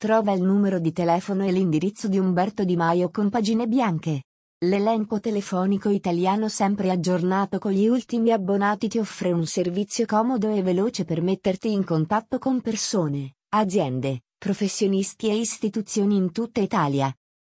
Trova il numero di telefono e l'indirizzo di Umberto Di Maio con pagine bianche. L'elenco telefonico italiano sempre aggiornato con gli ultimi abbonati ti offre un servizio comodo e veloce per metterti in contatto con persone, aziende, professionisti e istituzioni in tutta Italia.